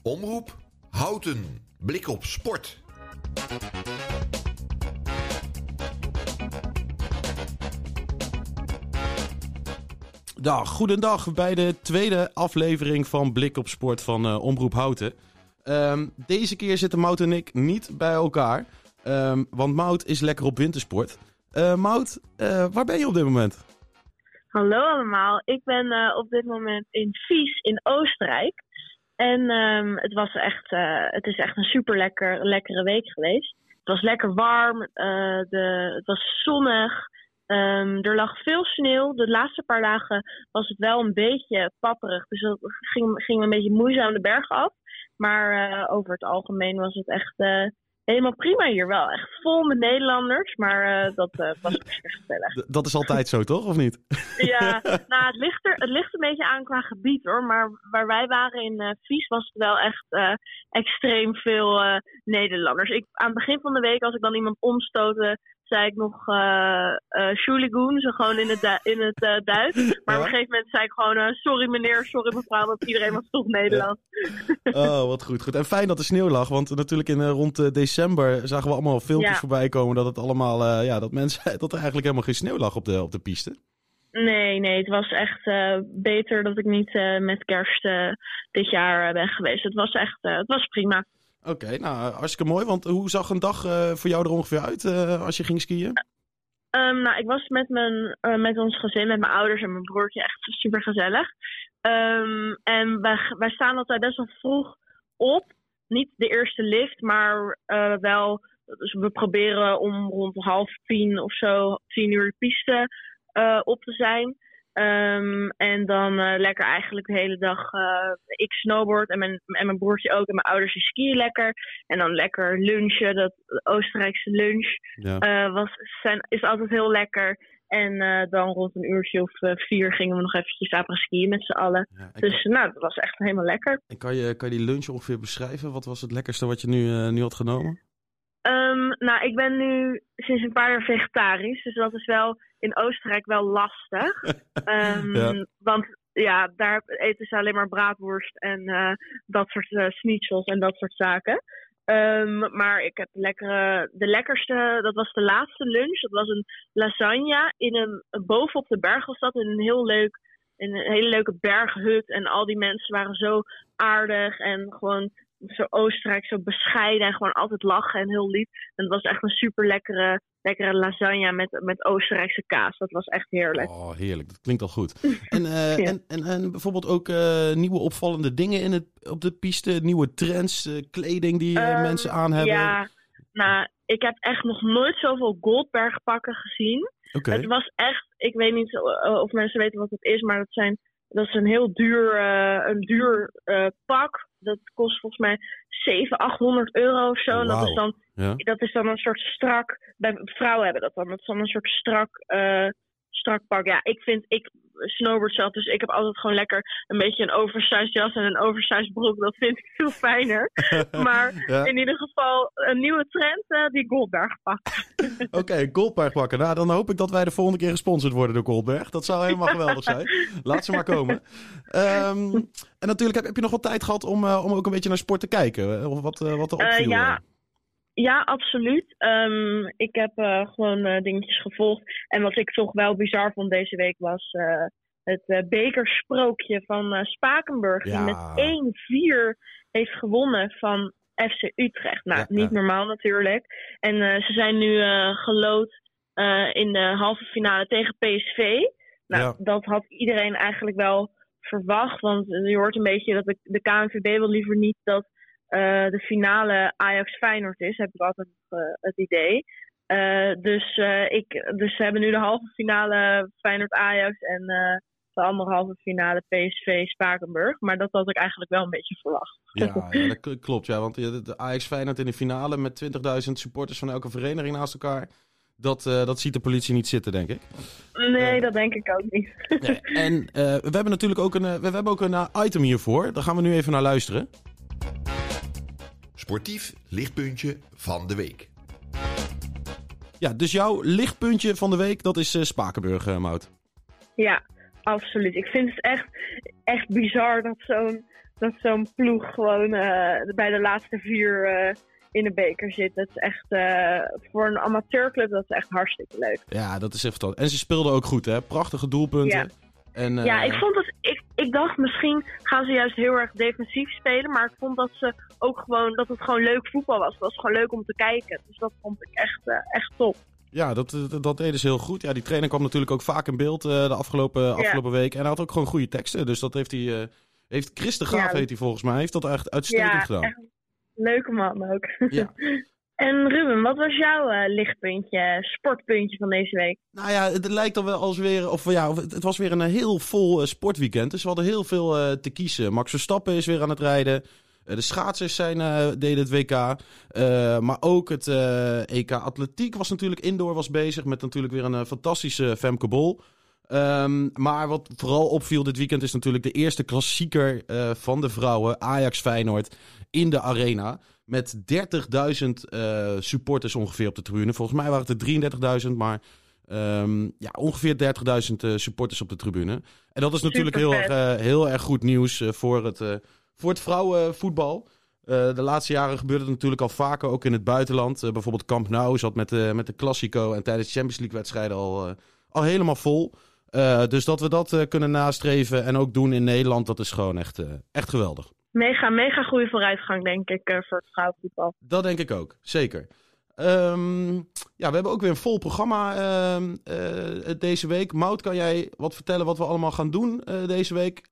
Omroep Houten. Blik op sport. Goedendag bij de tweede aflevering van Blik op Sport van Omroep Houten. Deze keer zitten Mout en ik niet bij elkaar, want Mout is lekker op wintersport. Mout, waar ben je op dit moment? Hallo allemaal, ik ben op dit moment in Vis in Oostenrijk. En het is echt een super lekkere week geweest. Het was lekker warm, het was zonnig. Er lag veel sneeuw. De laatste paar dagen was het wel een beetje papperig. Dus dat ging een beetje moeizaam de bergen af. Maar over het algemeen was het echt helemaal prima hier. Wel echt vol met Nederlanders. Maar dat was echt gezellig. Dat is altijd zo, toch? Of niet? Ja, nou, het ligt een beetje aan qua gebied hoor. Maar waar wij waren in Vis was het wel echt extreem veel Nederlanders. Aan het begin van de week, als ik dan iemand omstootte, zei ik nog Entschuldigung, zo gewoon in het Duits. Maar op een gegeven moment zei ik gewoon sorry meneer, sorry mevrouw, want iedereen was toch Nederlands. Oh, wat goed. En fijn dat er sneeuw lag, want natuurlijk rond december zagen we allemaal filmpjes voorbij komen dat het allemaal, dat er eigenlijk helemaal geen sneeuw lag op de piste. Nee, het was echt beter dat ik niet met kerst dit jaar ben geweest. Het was prima. Oké, nou hartstikke mooi. Want hoe zag een dag voor jou er ongeveer uit als je ging skiën? Nou, ik was met ons gezin, met mijn ouders en mijn broertje echt super gezellig. En wij staan altijd best wel vroeg op. Niet de eerste lift, maar wel. Dus we proberen om rond 9:30 of zo, 10:00 de piste op te zijn. En dan lekker eigenlijk de hele dag ik snowboard en mijn broertje ook en mijn ouders die skiën lekker. En dan lekker lunchen, de Oostenrijkse lunch is altijd heel lekker. En dan rond een uurtje of 4 gingen we nog eventjes après-skiën met z'n allen. Ja, dus dat was echt helemaal lekker. En kan je die lunch ongeveer beschrijven? Wat was het lekkerste wat je nu had genomen? Nou, ik ben nu sinds een paar jaar vegetarisch. Dus dat is wel in Oostenrijk wel lastig. Want ja, daar eten ze alleen maar braadworst en dat soort schnitzels en dat soort zaken. Maar ik heb de lekkerste, dat was de laatste lunch. Dat was een lasagne bovenop de berg was dat, in een hele leuke berghut. En al die mensen waren zo aardig en gewoon zo Oostenrijk, zo bescheiden en gewoon altijd lachen en heel lief. En het was echt een super lekkere lasagne met Oostenrijkse kaas. Dat was echt heerlijk. Oh, heerlijk. Dat klinkt al goed. En bijvoorbeeld ook nieuwe opvallende dingen op de piste, nieuwe trends, kleding die mensen aan hebben. Ja, nou, ik heb echt nog nooit zoveel Goldbergpakken gezien. Okay. Het was echt, ik weet niet of mensen weten wat het is, maar dat is een heel duur pak. Dat kost volgens mij 700-800 € of zo. Wow. En dat is dan een soort strak. Bij vrouwen hebben dat dan. Dat is dan een soort strak pak. Ja, ik snowboard zelf, dus ik heb altijd gewoon lekker een beetje een oversized jas en een oversized broek. Dat vind ik veel fijner. Maar in ieder geval een nieuwe trend, die Goldberg pakken. Oké, Goldberg pakken. Nou, dan hoop ik dat wij de volgende keer gesponsord worden door Goldberg. Dat zou helemaal geweldig zijn. Laat ze maar komen. En natuurlijk heb je nog wat tijd gehad om ook een beetje naar sport te kijken. Of wat er opviel. Ja, absoluut. Ik heb gewoon dingetjes gevolgd. En wat ik toch wel bizar vond deze week was het bekersprookje van Spakenburg. Die met 1-4 heeft gewonnen van FC Utrecht. Nou, niet normaal natuurlijk. En ze zijn nu geloot in de halve finale tegen PSV. Nou, dat had iedereen eigenlijk wel verwacht. Want je hoort een beetje dat de KNVB wil liever niet dat de finale Ajax-Feyenoord is, heb ik altijd het idee. Dus ze hebben nu de halve finale Feyenoord-Ajax en de andere halve finale PSV-Spakenburg. Maar dat had ik eigenlijk wel een beetje verwacht. Ja, dat klopt. Ja, want de Ajax-Feyenoord in de finale met 20.000 supporters van elke vereniging naast elkaar. Dat ziet de politie niet zitten, denk ik. Nee, dat denk ik ook niet. Nee. En we hebben natuurlijk ook een item hiervoor. Daar gaan we nu even naar luisteren. Sportief lichtpuntje van de week. Ja, dus jouw lichtpuntje van de week, dat is Spakenburg, Mout. Ja, absoluut. Ik vind het echt bizar dat zo'n ploeg gewoon bij de laatste 4 in de beker zit. Dat is echt voor een amateurclub, dat is echt hartstikke leuk. Ja, dat is echt fantastisch. En ze speelden ook goed, hè? Prachtige doelpunten. Ja. En, ik vond dat ik dacht misschien gaan ze juist heel erg defensief spelen, maar ik vond dat het gewoon leuk voetbal was. Het was gewoon leuk om te kijken. Dus dat vond ik echt top. Ja, dat deden ze heel goed. Ja, die trainer kwam natuurlijk ook vaak in beeld de afgelopen week. En hij had ook gewoon goede teksten. Dus dat heeft Chris de Graaf, heet hij volgens mij, heeft dat echt uitstekend gedaan. Echt leuke man ook. Ja. En Ruben, wat was jouw lichtpuntje, sportpuntje van deze week? Nou ja, het lijkt dan wel als weer, het was weer een heel vol sportweekend. Dus we hadden heel veel te kiezen. Max Verstappen is weer aan het rijden. De schaatsers deden het WK. Maar ook het EK Atletiek was natuurlijk indoor bezig. Met natuurlijk weer een fantastische Femke Bol. Maar wat vooral opviel dit weekend is natuurlijk de eerste klassieker van de vrouwen. Ajax Feyenoord in de arena. Met 30.000 supporters ongeveer op de tribune. Volgens mij waren het er 33.000, maar ongeveer 30.000 supporters op de tribune. En dat is natuurlijk heel erg goed nieuws voor het vrouwenvoetbal. De laatste jaren gebeurde het natuurlijk al vaker, ook in het buitenland. Bijvoorbeeld Camp Nou zat met de Classico en tijdens de Champions League wedstrijden al helemaal vol. Dus dat we dat kunnen nastreven en ook doen in Nederland, dat is gewoon echt geweldig. Mega goede vooruitgang, denk ik, voor het vrouwenvoetbal. Dat denk ik ook, zeker. We hebben ook weer een vol programma deze week. Maud, kan jij wat vertellen wat we allemaal gaan doen deze week?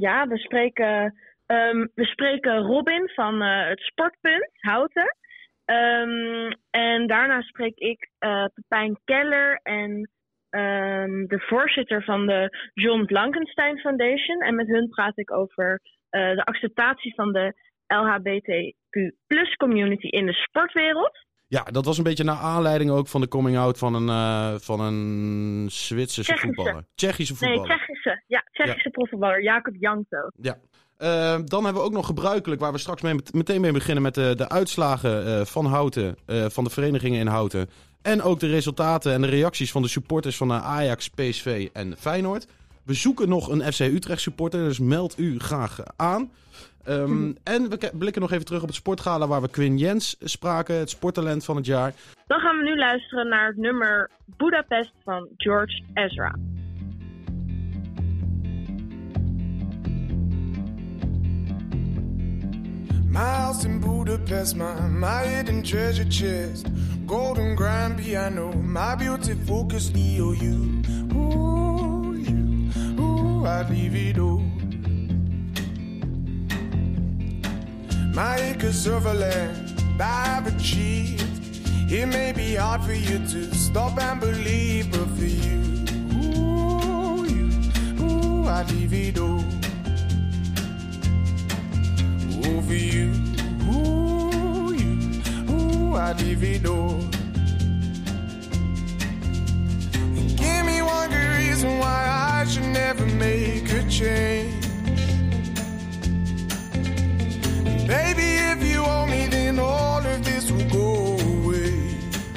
We spreken Robin van het Sportpunt Houten. En daarna spreek ik Pepijn Keller en de voorzitter van de John Blankenstein Foundation. En met hun praat ik over de acceptatie van de LHBTQ+ community in de sportwereld. Ja, dat was een beetje naar aanleiding ook van de coming-out van een Zwitserse voetballer. Tsjechische voetballer. Tsjechische profvoetballer, Jakob Jankto. Ja. Dan hebben we ook nog gebruikelijk, waar we straks meteen mee beginnen met de uitslagen van Houten, van de verenigingen in Houten. En ook de resultaten en de reacties van de supporters van Ajax, PSV en Feyenoord. We zoeken nog een FC Utrecht supporter, dus meld u graag aan. En we blikken nog even terug op het sportgala waar we Quinn Jens spraken, het sporttalent van het jaar. Dan gaan we nu luisteren naar het nummer Budapest van George Ezra. My house in Budapest, my hidden treasure chest, golden grand piano, my beauty focused EOU. I'd leave it all. My acres of land I've achieved. It may be hard for you to stop and believe, but for you, I'd leave it all. For you, I'd leave it all. Give me one good reason why I should never make a change. Baby, if you owe me, then all of this will go away.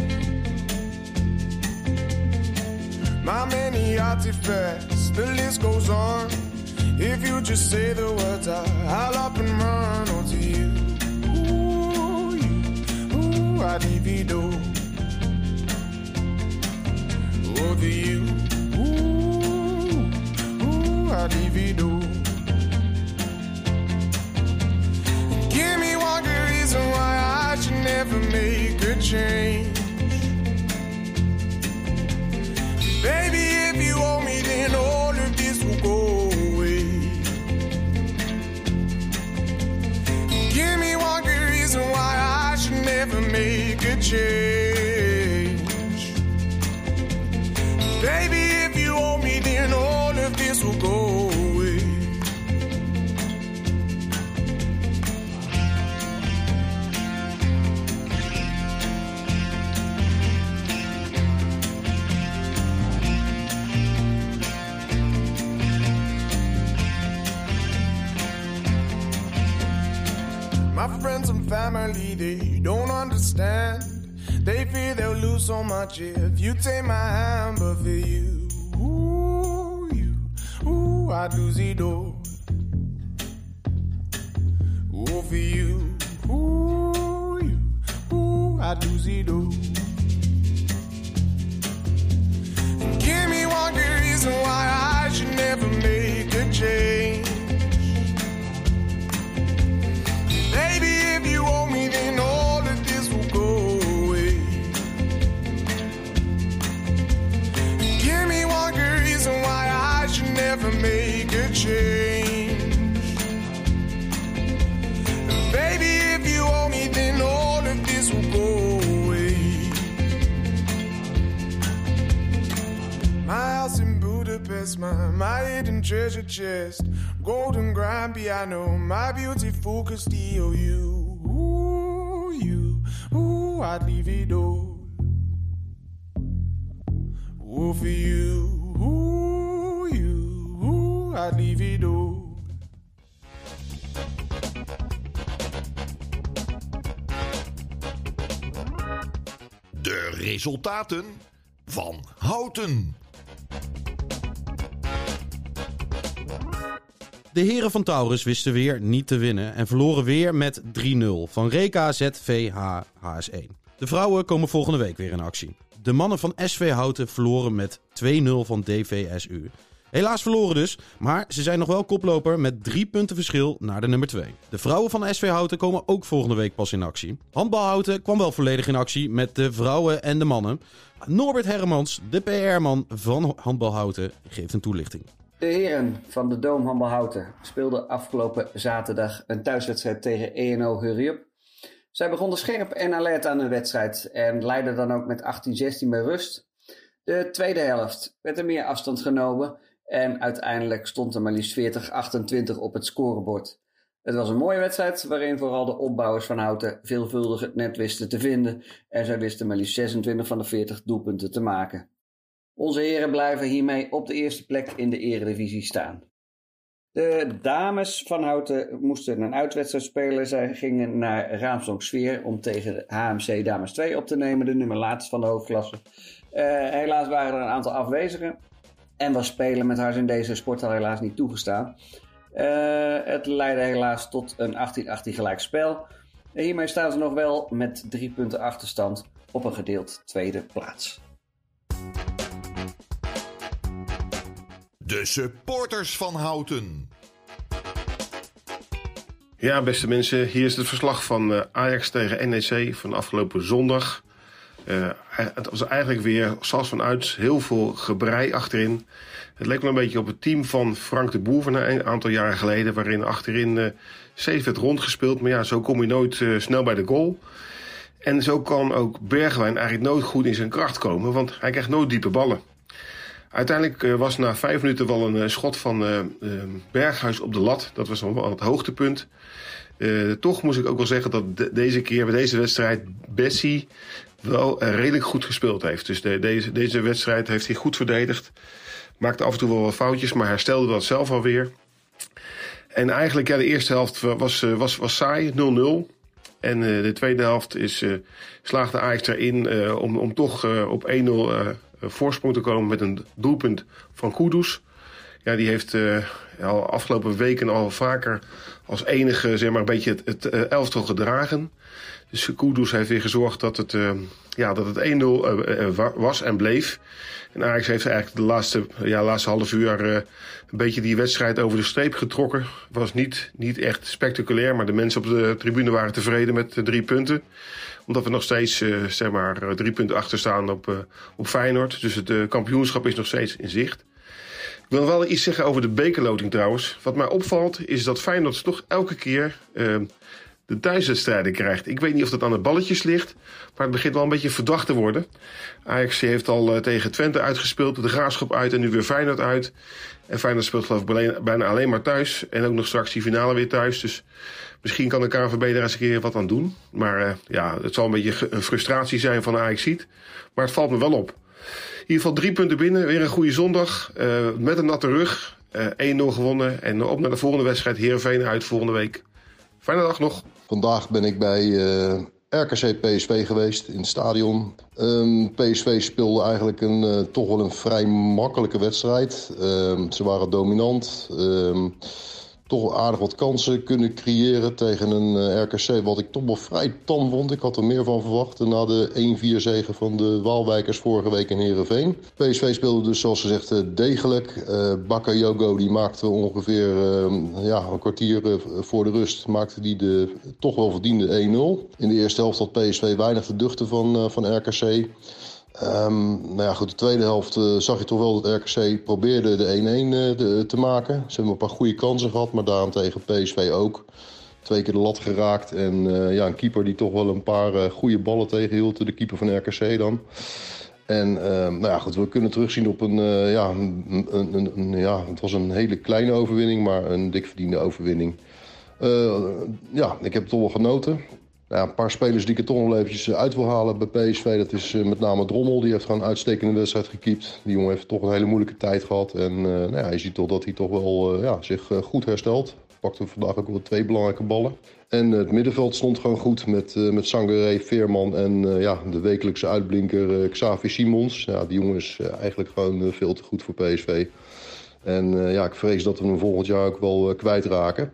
My many artifacts, the list goes on. If you just say the words, I'll up and run onto you. I'd leave it all. Over you. I'd leave it all. Give me one good reason why I should never make a change. Baby, if you owe me, then all of this will go away. Give me one good reason why I should never make a change. Baby, if you owe me, then all of this will go away. My friends and family, they don't understand. They fear they'll lose so much if you take my hand, but for you, ooh, I'd lose it all. Oh, for you, I'd lose it all. Give me one good reason why I should never make a change. Baby, if you owe me, then all of this will go away. Give me one good reason why I should never make a change. Baby, if you owe me, then all of this will go away. My house in Budapest, my hidden treasure chest, golden grand piano, my beautiful Castillo. Ooh, I'd leave it all. Ooh, for you, I'd leave it all. De resultaten van Houten. De heren van Taurus wisten weer niet te winnen en verloren weer met 3-0 van Reka ZVH HS1. De vrouwen komen volgende week weer in actie. De mannen van SV Houten verloren met 2-0 van DVSU. Helaas verloren dus, maar ze zijn nog wel koploper met 3 punten verschil naar de nummer 2. De vrouwen van SV Houten komen ook volgende week pas in actie. Handbal Houten kwam wel volledig in actie met de vrouwen en de mannen. Norbert Hermans, de PR-man van Handbal Houten, geeft een toelichting. De heren van de Doom Handbal Houten speelden afgelopen zaterdag een thuiswedstrijd tegen ENO Hurry Up. Zij begonnen scherp en alert aan de wedstrijd en leidden dan ook met 18-16 bij rust. De tweede helft werd er meer afstand genomen en uiteindelijk stond er maar liefst 40-28 op het scorebord. Het was een mooie wedstrijd waarin vooral de opbouwers van Houten veelvuldig het net wisten te vinden en zij wisten maar liefst 26 van de 40 doelpunten te maken. Onze heren blijven hiermee op de eerste plek in de eredivisie staan. De dames van Houten moesten een uitwedstrijd spelen. Zij gingen naar Raamsdonk-Sfeer om tegen de HMC Dames 2 op te nemen, de nummer laatst van de hoofdklasse. Helaas waren er een aantal afwezigen en was spelen met haar in deze sporthal helaas niet toegestaan. Het leidde helaas tot een 18-18 gelijkspel. Hiermee staan ze nog wel met 3 punten achterstand op een gedeeld tweede plaats. De supporters van Houten. Ja, beste mensen, hier is het verslag van Ajax tegen NEC van afgelopen zondag. Het was eigenlijk weer, zoals vanuit, heel veel gebrei achterin. Het leek wel een beetje op het team van Frank de Boer van een aantal jaren geleden, waarin achterin steeds werd rondgespeeld. Maar ja, zo kom je nooit snel bij de goal. En zo kan ook Bergwijn eigenlijk nooit goed in zijn kracht komen, want hij krijgt nooit diepe ballen. Uiteindelijk was na 5 minuten wel een schot van Berghuis op de lat. Dat was wel het hoogtepunt. Toch moest ik ook wel zeggen dat deze keer bij deze wedstrijd Bessie wel redelijk goed gespeeld heeft. Dus deze wedstrijd heeft hij goed verdedigd. Maakte af en toe wel wat foutjes, maar herstelde dat zelf alweer. En eigenlijk, ja, de eerste helft was saai, 0-0. En de tweede helft slaagde Ajax erin om toch op 1-0 voorsprong te komen met een doelpunt van Kudus. Ja, die heeft al afgelopen weken al vaker als enige, zeg maar, een beetje het elftal gedragen. Dus Kudus heeft weer gezorgd dat het 1-0 was en bleef. En Ajax heeft eigenlijk de laatste half uur een beetje die wedstrijd over de streep getrokken. Was niet echt spectaculair, maar de mensen op de tribune waren tevreden met 3 punten. Omdat we nog steeds 3 punten achter staan op Feyenoord. Dus het kampioenschap is nog steeds in zicht. Ik wil wel iets zeggen over de bekerloting trouwens. Wat mij opvalt is dat Feyenoord toch elke keer de thuiswedstrijden krijgt. Ik weet niet of dat aan de balletjes ligt, maar het begint wel een beetje verdacht te worden. Ajax heeft al tegen Twente uitgespeeld, de Graafschap uit en nu weer Feyenoord uit. En Feyenoord speelt geloof ik bijna alleen maar thuis. En ook nog straks die finale weer thuis. Dus misschien kan de KNVB daar eens een keer wat aan doen. Maar het zal een beetje een frustratie zijn van Ajax ziet. Maar het valt me wel op. In ieder geval 3 punten binnen, weer een goede zondag. Met een natte rug, 1-0 gewonnen. En op naar de volgende wedstrijd, Heerenveen uit volgende week. Fijne dag nog. Vandaag ben ik bij RKC PSV geweest in het stadion. PSV speelde eigenlijk toch wel een vrij makkelijke wedstrijd. Ze waren dominant. Toch aardig wat kansen kunnen creëren tegen een RKC... wat ik toch wel vrij tam vond. Ik had er meer van verwacht na de 1-4 zege van de Waalwijkers vorige week in Heerenveen. PSV speelde dus zoals gezegd degelijk. Bakayoko die maakte ongeveer een kwartier voor de rust... maakte die de toch wel verdiende 1-0. In de eerste helft had PSV weinig te duchten van RKC... de tweede helft zag je toch wel dat RKC probeerde de 1-1 te maken. Ze hebben een paar goede kansen gehad, maar daarentegen PSV ook. 2 keer de lat geraakt en een keeper die toch wel een paar goede ballen tegenhield. De keeper van RKC dan. En we kunnen terugzien op het was een hele kleine overwinning, maar een dik verdiende overwinning. Ik heb toch wel genoten. Een paar spelers die ik er toch nog eventjes uit wil halen bij PSV. Dat is met name Drommel. Die heeft gewoon een uitstekende wedstrijd gekiept. Die jongen heeft toch een hele moeilijke tijd gehad. En je ziet toch dat hij toch wel zich goed herstelt. Pakte vandaag ook wel 2 belangrijke ballen. En het middenveld stond gewoon goed met Sangaré, Veerman en de wekelijkse uitblinker Xavi Simons. Ja, die jongen is eigenlijk gewoon veel te goed voor PSV. En ik vrees dat we hem volgend jaar ook wel kwijtraken.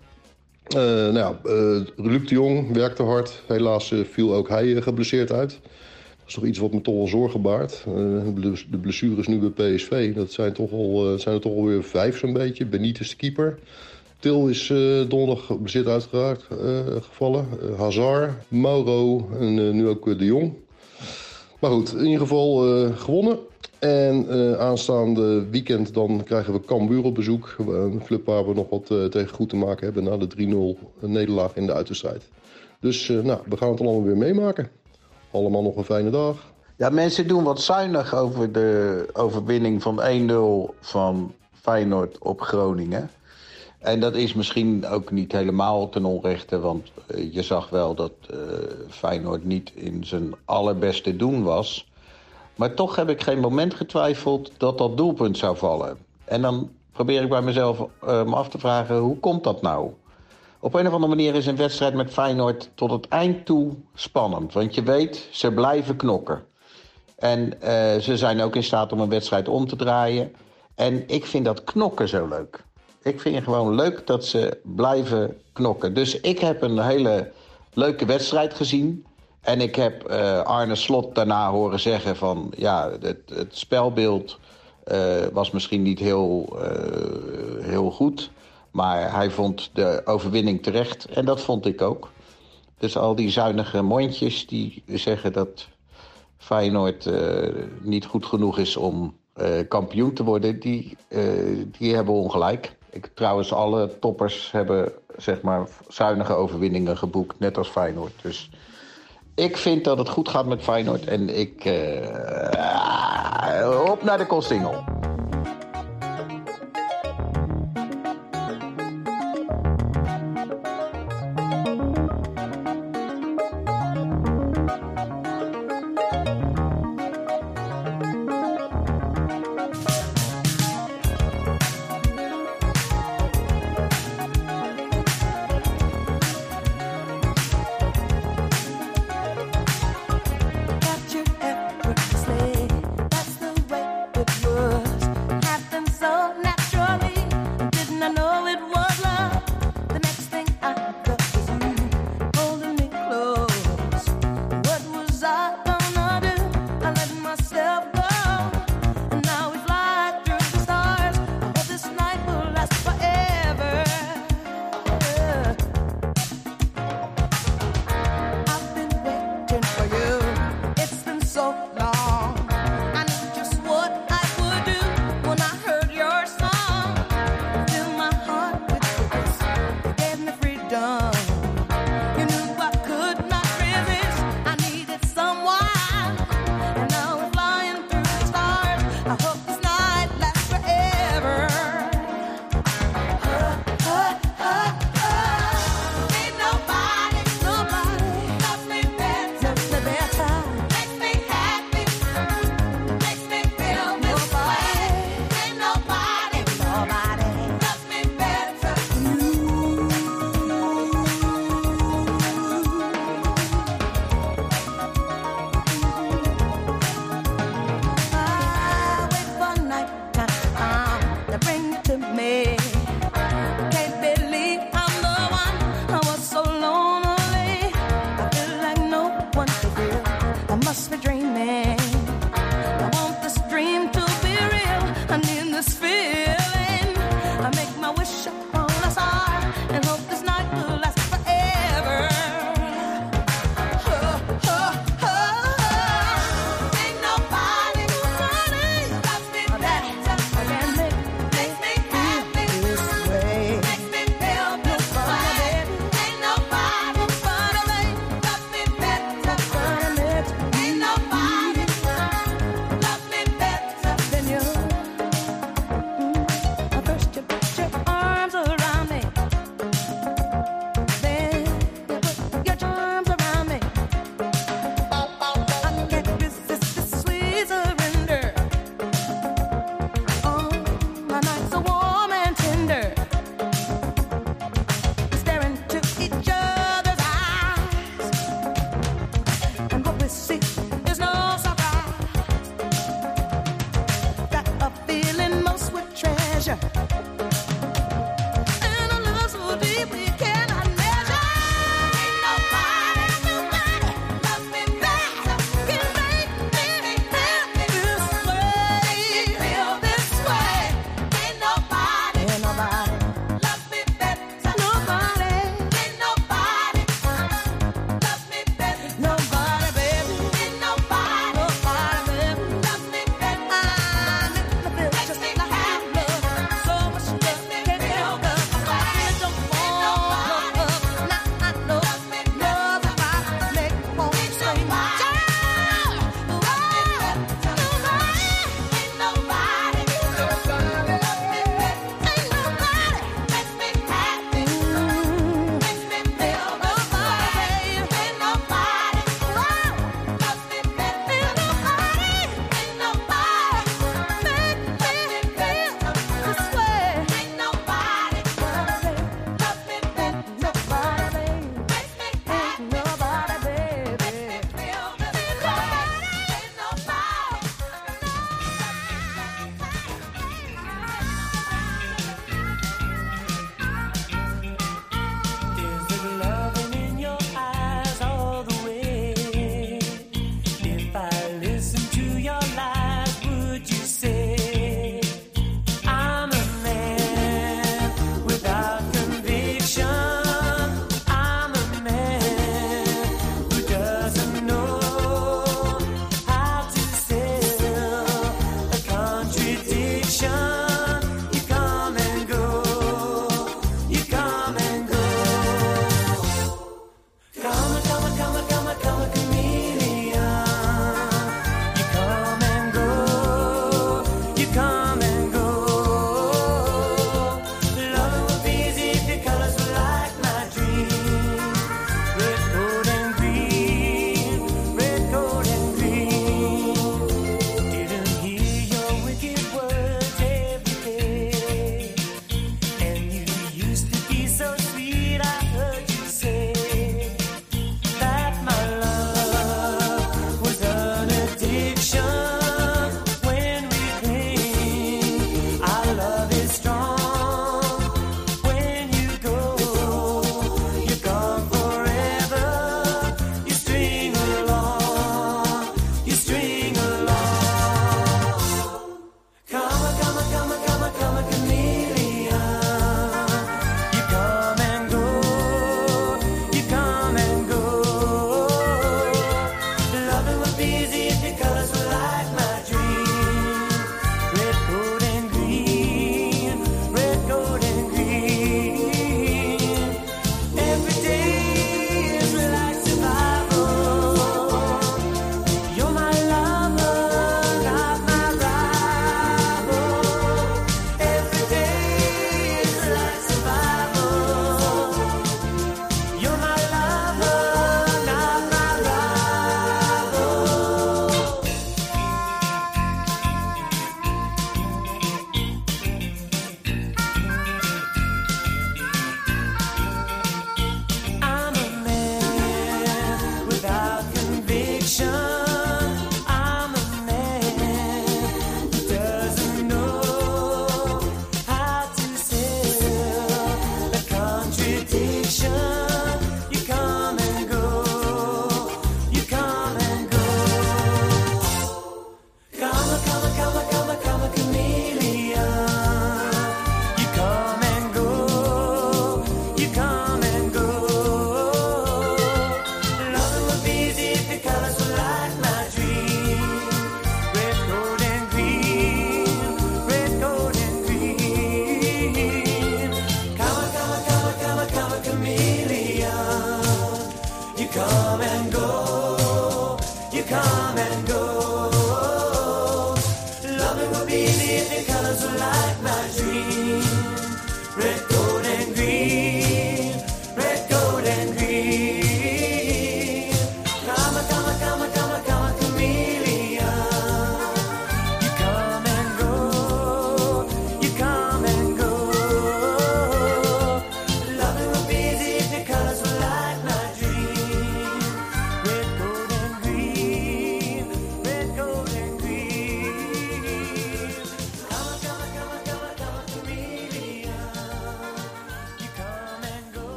Luc de Jong werkte hard. Helaas viel ook hij geblesseerd uit. Dat is toch iets wat me toch wel zorgen baart. De blessures nu bij PSV, dat zijn er toch alweer 5 zo'n beetje. Benitez de keeper. Til is donderdag geblesseerd uitgeraakt gevallen. Hazard, Mauro en nu ook de Jong. Maar goed, in ieder geval gewonnen. En aanstaande weekend dan krijgen we Cambuur op bezoek. Een club waar we nog wat tegen goed te maken hebben na de 3-0 nederlaag in de uitwedstrijd. Dus we gaan het allemaal weer meemaken. Allemaal nog een fijne dag. Ja, mensen doen wat zuinig over de overwinning van 1-0 van Feyenoord op Groningen. En dat is misschien ook niet helemaal ten onrechte, want je zag wel dat Feyenoord niet in zijn allerbeste doen was. Maar toch heb ik geen moment getwijfeld dat dat doelpunt zou vallen. En dan probeer ik bij mezelf me af te vragen, hoe komt dat nou? Op een of andere manier is een wedstrijd met Feyenoord tot het eind toe spannend. Want je weet, ze blijven knokken. En ze zijn ook in staat om een wedstrijd om te draaien. En ik vind dat knokken zo leuk. Ik vind het gewoon leuk dat ze blijven knokken. Dus ik heb een hele leuke wedstrijd gezien. En ik heb Arne Slot daarna horen zeggen van... het spelbeeld was misschien niet heel goed. Maar hij vond de overwinning terecht. En dat vond ik ook. Dus al die zuinige mondjes die zeggen dat Feyenoord niet goed genoeg is om kampioen te worden... die hebben ongelijk. Trouwens, alle toppers hebben zeg maar zuinige overwinningen geboekt. Net als Feyenoord. Dus... ik vind dat het goed gaat met Feyenoord en op naar de Koolsingel. Got you effortlessly, that's the way it works.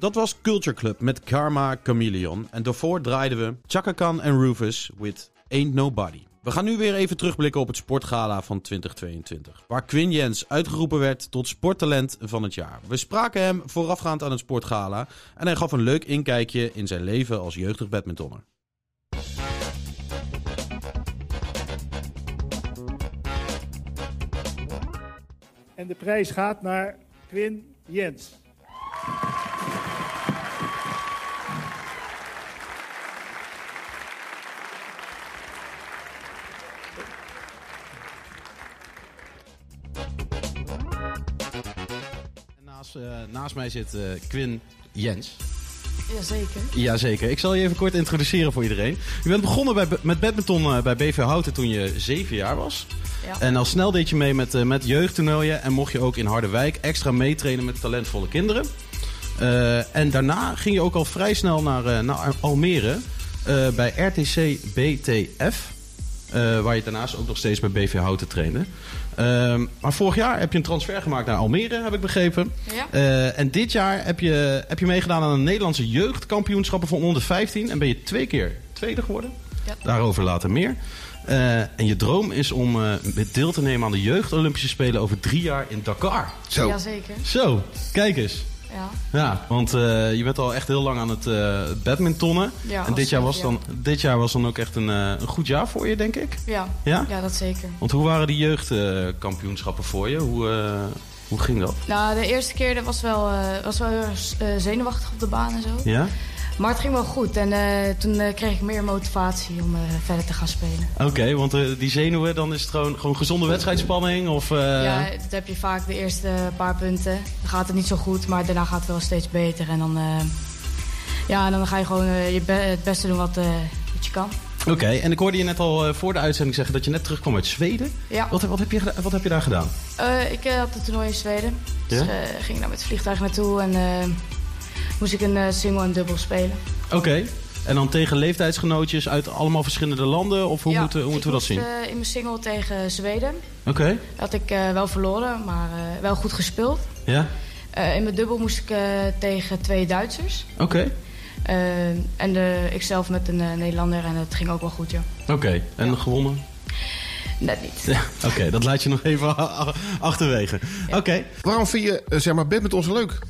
Dat was Culture Club met Karma Chameleon. En daarvoor draaiden we Chaka Khan en Rufus with Ain't Nobody. We gaan nu weer even terugblikken op het Sportgala van 2022. Waar Quinn Jens uitgeroepen werd tot sporttalent van het jaar. We spraken hem voorafgaand aan het Sportgala. En hij gaf een leuk inkijkje in zijn leven als jeugdig badmintonner. En de prijs gaat naar Quinn Jens. Naast mij zit Quinn Jens. Jazeker. Ik zal je even kort introduceren voor iedereen. Je bent begonnen met badminton bij BV Houten toen je 7 jaar was. Ja. En al snel deed je mee met jeugdtoernooien en mocht je ook in Harderwijk extra meetrainen met talentvolle kinderen. En daarna ging je ook al vrij snel naar Almere bij RTC BTF. Waar je daarnaast ook nog steeds bij BV Houten trainde. Maar vorig jaar heb je een transfer gemaakt naar Almere, heb ik begrepen. Ja. En dit jaar heb je meegedaan aan de Nederlandse jeugdkampioenschappen van onder 15. En ben je 2 keer tweede geworden. Ja. Daarover later meer. En je droom is om deel te nemen aan de jeugd-Olympische Spelen over 3 jaar in Dakar. Zo. Jazeker. Zo, kijk eens. Ja, want je bent al echt heel lang aan het badmintonnen. Ja, en dit jaar was dan ook echt een goed jaar voor je, denk ik. Ja, Ja? ja, dat zeker. Want hoe waren die jeugdkampioenschappen voor je? Hoe ging dat? Nou, de eerste keer dat was wel heel erg zenuwachtig op de baan en zo. Ja? Maar het ging wel goed en toen kreeg ik meer motivatie om verder te gaan spelen. Oké, want die zenuwen, dan is het gewoon gezonde wedstrijdspanning? Of, Ja, dat heb je vaak de eerste paar punten. Dan gaat het niet zo goed, maar daarna gaat het wel steeds beter. En dan ga je gewoon het beste doen wat je kan. Oké, en ik hoorde je net al voor de uitzending zeggen dat je net terugkwam uit Zweden. Ja. Wat heb je daar gedaan? Ik had een toernooi in Zweden. Ja? Dus ging ik daar met het vliegtuig naartoe en moest ik een single en dubbel spelen. Oké. En dan tegen leeftijdsgenootjes uit allemaal verschillende landen? Of hoe moeten we dat zien? In mijn single tegen Zweden. Oké. Had ik wel verloren, maar wel goed gespeeld. Ja? In mijn dubbel moest ik tegen 2 Duitsers. Oké. En ikzelf met een Nederlander en het ging ook wel goed, ja. Oké. En gewonnen? Net niet. Ja, oké, dat laat je nog even achterwege. Ja. Oké. Waarom vind je badminton zo leuk?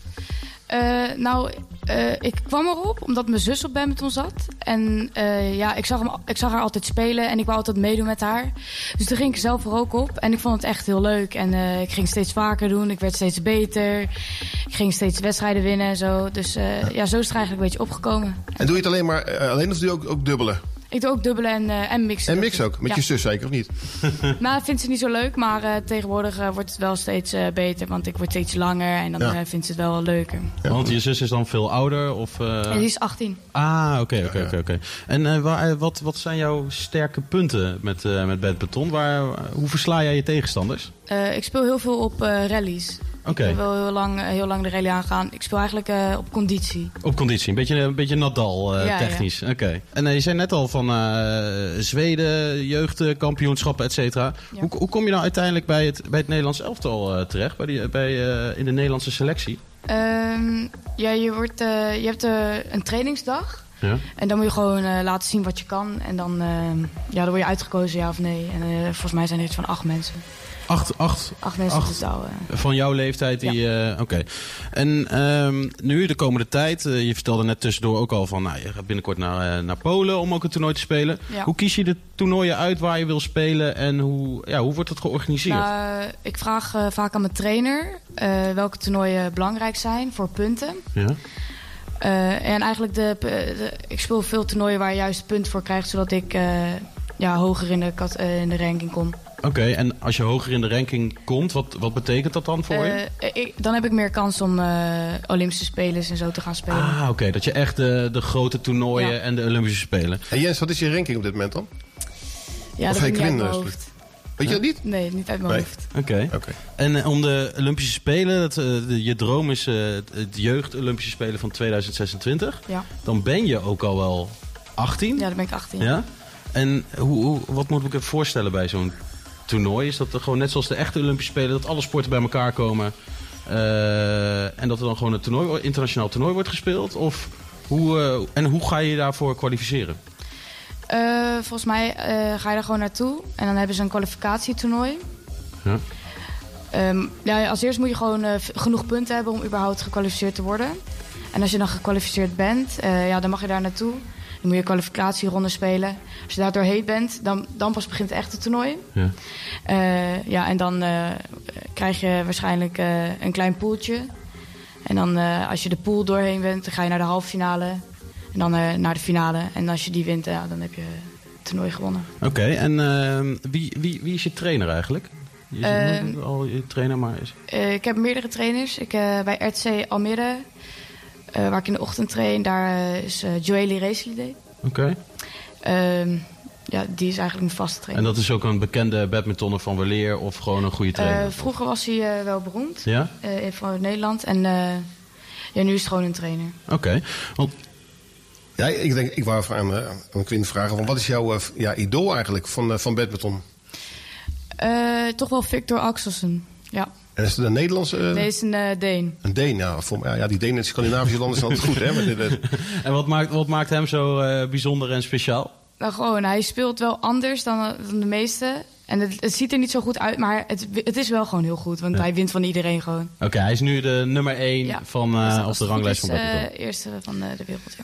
Ik kwam erop omdat mijn zus op badminton zat. En ik zag haar altijd spelen en ik wou altijd meedoen met haar. Dus toen ging ik zelf er ook op. En ik vond het echt heel leuk. En ik ging steeds vaker doen. Ik werd steeds beter. Ik ging steeds wedstrijden winnen en zo. Dus zo is het eigenlijk een beetje opgekomen. En doe je het alleen of doe je ook dubbelen? Ik doe ook dubbelen en mixen. En mix ook? Met je zus zeker, of niet? Nou, dat vindt ze niet zo leuk. Maar tegenwoordig wordt het wel steeds beter. Want ik word steeds langer en dan vindt ze het wel leuker. Ja, want je zus is dan veel ouder? Of, En die is 18. Ah, oké. En wat zijn jouw sterke punten met badminton? Hoe versla jij je tegenstanders? Ik speel heel veel op rallies. Oké. Ik heb wel heel lang de rally aangaan. Ik speel eigenlijk op conditie. Op conditie, een beetje Nadal technisch. Ja. Oké. En je zei net al van Zweden, jeugdkampioenschappen, et cetera. Ja. Hoe kom je nou uiteindelijk bij het Nederlands elftal terecht? In de Nederlandse selectie? Je hebt een trainingsdag. Ja. En dan moet je gewoon laten zien wat je kan. En dan word je uitgekozen, ja of nee. En volgens mij zijn er iets van 8 mensen. 8 mensen in totaal. Van jouw leeftijd? Oké. En nu, de komende tijd, je vertelde net tussendoor ook al van, je gaat binnenkort naar Polen om ook een toernooi te spelen. Ja. Hoe kies je de toernooien uit waar je wil spelen en hoe wordt dat georganiseerd? Nou, ik vraag vaak aan mijn trainer welke toernooien belangrijk zijn voor punten. Ja. En eigenlijk ik speel veel toernooien waar je juist punten voor krijgt, zodat ik hoger in de ranking kom. Oké, en als je hoger in de ranking komt, wat betekent dat dan voor je? Dan heb ik meer kans om Olympische Spelen en zo te gaan spelen. Ah, oké. Dat je echt de grote toernooien en de Olympische Spelen. En Jens, wat is je ranking op dit moment dan? Ja, dat weet ik niet uit mijn hoofd. Weet je dat niet? Nee, niet uit mijn hoofd. Oké. En om de Olympische Spelen, je droom is het jeugd-Olympische Spelen van 2026. Ja. Dan ben je ook al wel 18. Ja, dan ben ik 18. Ja? En wat moet ik me voorstellen bij zo'n toernooi? Is dat gewoon net zoals de echte Olympische Spelen, dat alle sporten bij elkaar komen En dat er dan gewoon een internationaal toernooi wordt gespeeld? Of hoe ga je je daarvoor kwalificeren? Volgens mij ga je daar gewoon naartoe. En dan hebben ze een kwalificatietoernooi. Ja. Als eerst moet je gewoon genoeg punten hebben om überhaupt gekwalificeerd te worden. En als je dan gekwalificeerd bent, dan mag je daar naartoe. Dan moet je een kwalificatieronde spelen. Als je daar doorheen bent, dan pas begint het echte toernooi. Ja. En dan krijg je waarschijnlijk een klein poeltje. En dan als je de pool doorheen bent, dan ga je naar de halve finale. En dan naar de finale. En als je die wint, dan heb je het toernooi gewonnen. Oké, en wie is je trainer eigenlijk? Je is al je trainer, maar ik heb meerdere trainers. Bij RC Almere, waar ik in de ochtend train, daar is Joëlie Reeslide. Oké. Ja, die is eigenlijk een vaste trainer. En dat is ook een bekende badmintonner van weleer of gewoon een goede trainer? Vroeger was hij wel beroemd. Ja? Van Nederland. En nu is het gewoon een trainer. Oké. Want... Ja, ik wou even aan Quinn vragen. Want wat is jouw idool eigenlijk van badminton? Toch wel Victor Axelsen, ja. En is het een Nederlandse? Nee, is een Deen. Een Deen, ja. Die Denen en Scandinavische landen zijn altijd goed, hè? En wat maakt hem zo bijzonder en speciaal? Nou, gewoon, hij speelt wel anders dan de meeste. En het ziet er niet zo goed uit, maar het is wel gewoon heel goed. Want hij wint van iedereen gewoon. Oké, hij is nu de nummer 1 op de ranglijst van badminton. Eerste van de wereld,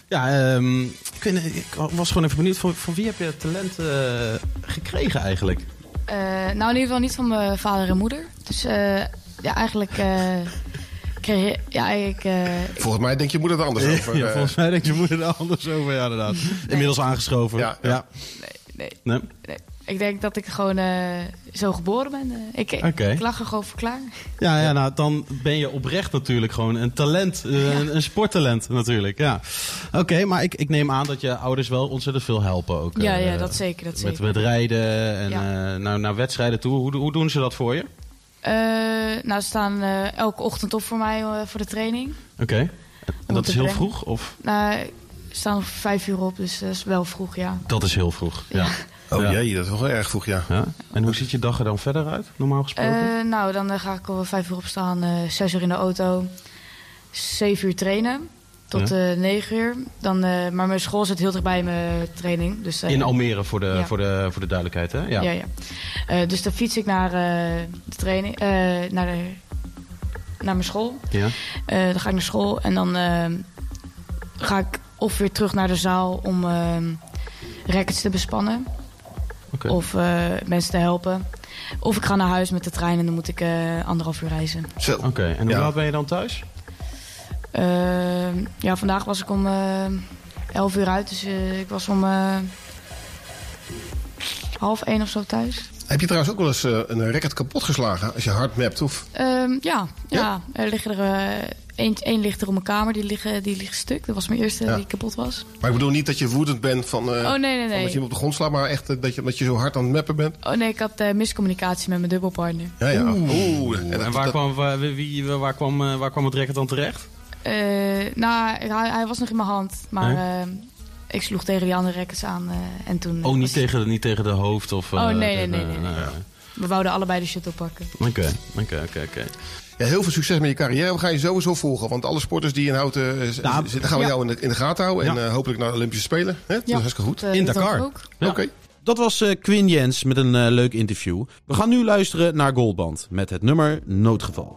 ik was gewoon even benieuwd, van wie heb je talent gekregen eigenlijk? Nou, in ieder geval niet van mijn vader en moeder. Dus eigenlijk kreeg je... Volgens mij denkt je moeder er anders over. Ja, volgens mij denkt je moeder er anders over, ja, inderdaad. Nee. Inmiddels aangeschoven. Ja. Nee. Ik denk dat ik gewoon zo geboren ben. Ik lach er gewoon voor klaar. Ja, nou, dan ben je oprecht natuurlijk gewoon een talent. Een sporttalent natuurlijk, ja. Oké, maar ik neem aan dat je ouders wel ontzettend veel helpen ook. Ja, dat zeker. Met rijden en naar wedstrijden toe. Hoe doen ze dat voor je? Ze staan elke ochtend op voor mij voor de training. Oké. En dat is heel vroeg? Of? Ze staan om 5 uur op, dus dat is wel vroeg, ja. Dat is heel vroeg, ja. Oh jee, dat is wel erg vroeg, ja. En hoe ziet je dag er dan verder uit, normaal gesproken? Dan ga ik al 5 uur opstaan, 6 uur in de auto, 7 uur trainen tot 9 uur. Maar mijn school zit heel dichtbij mijn training. Dus, in Almere, voor de duidelijkheid, hè? Ja. Dus dan fiets ik naar de training, naar mijn school. Ja. Dan ga ik naar school en dan ga ik of weer terug naar de zaal om rackets te bespannen. Okay. Of mensen te helpen. Of ik ga naar huis met de trein en dan moet ik 1,5 uur reizen. Oké, en hoe laat ben je dan thuis? Vandaag was ik om 11 uur uit. Dus ik was om 12:30 of zo thuis. Heb je trouwens ook wel eens een racket kapot geslagen als je hard mapt? Of? Ja. Er liggen er... Eén ligt er op mijn kamer, die ligt stuk. Dat was mijn eerste die kapot was. Maar ik bedoel niet dat je woedend bent van, nee. Van dat je hem op de grond slaat, maar echt dat je zo hard aan het mappen bent? Oh nee, ik had miscommunicatie met mijn dubbelpartner. Ja. En waar kwam het racket dan terecht? Hij was nog in mijn hand, maar ik sloeg tegen die andere rackets aan. En toen niet tegen de hoofd? Of, nee. We wouden allebei de shuttle pakken. Oké. Ja, heel veel succes met je carrière. We gaan je sowieso volgen. Want alle sporters die in Houten zitten, gaan we jou in de gaten houden. En hopelijk naar de Olympische Spelen. Hè? Dat is hartstikke goed. In Dakar. Oké. Dat was Quinn Jens met een leuk interview. We gaan nu luisteren naar Goldband met het nummer Noodgeval.